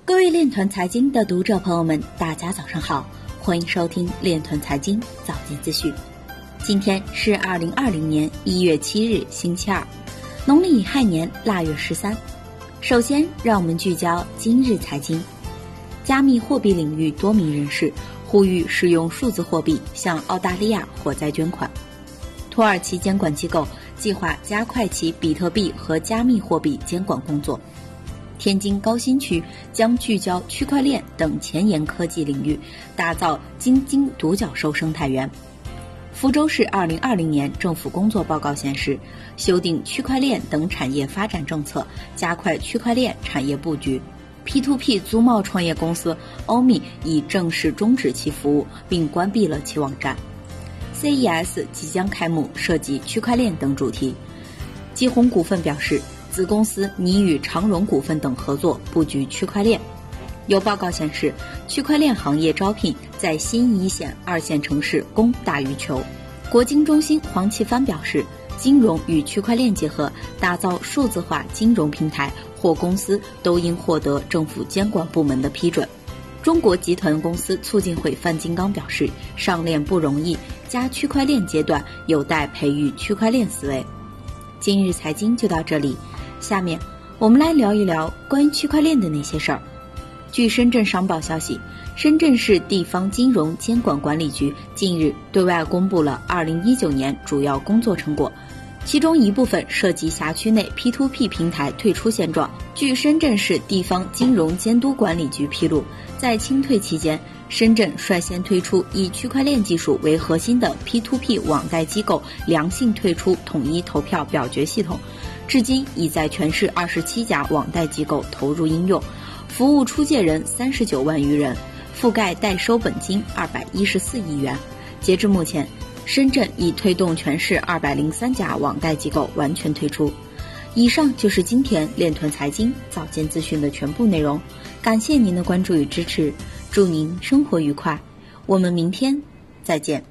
各位链团财经的读者朋友们，大家早上好，欢迎收听链团财经早间资讯。今天是2020年1月7日，星期二，农历乙亥年腊月13。首先，让我们聚焦今日财经。加密货币领域多名人士呼吁使用数字货币向澳大利亚火灾捐款。土耳其监管机构计划加快其比特币和加密货币监管工作。天津高新区将聚焦区块链等前沿科技领域，打造京津独角兽生态园。福州市2020年政府工作报告显示，修订区块链等产业发展政策，加快区块链产业布局。P2P 租贸创业公司欧米已正式终止其服务，并关闭了其网站。CES 即将开幕，涉及区块链等主题。基宏股份表示，子公司拟与长荣股份等合作布局区块链。有报告显示，区块链行业招聘在新一线、二线城市供大于求。国金中心黄奇帆表示，金融与区块链结合，打造数字化金融平台或公司都应获得政府监管部门的批准。中国集团公司促进会范金刚表示，上链不容易，加区块链阶段有待培育区块链思维。今日财经就到这里，下面我们来聊一聊关于区块链的那些事儿。据深圳商报消息，深圳市地方金融监管管理局近日对外公布了2019年主要工作成果，其中一部分涉及辖区内 P2P 平台退出现状。据深圳市地方金融监督管理局披露，在清退期间，深圳率先推出以区块链技术为核心的 P2P 网贷机构良性退出统一投票表决系统，至今已在全市27家网贷机构投入应用，服务出借人39万余人，覆盖代收本金214亿元。截至目前，深圳已推动全市203家网贷机构完全退出。以上就是今天链团财经早间资讯的全部内容，感谢您的关注与支持，祝您生活愉快，我们明天再见。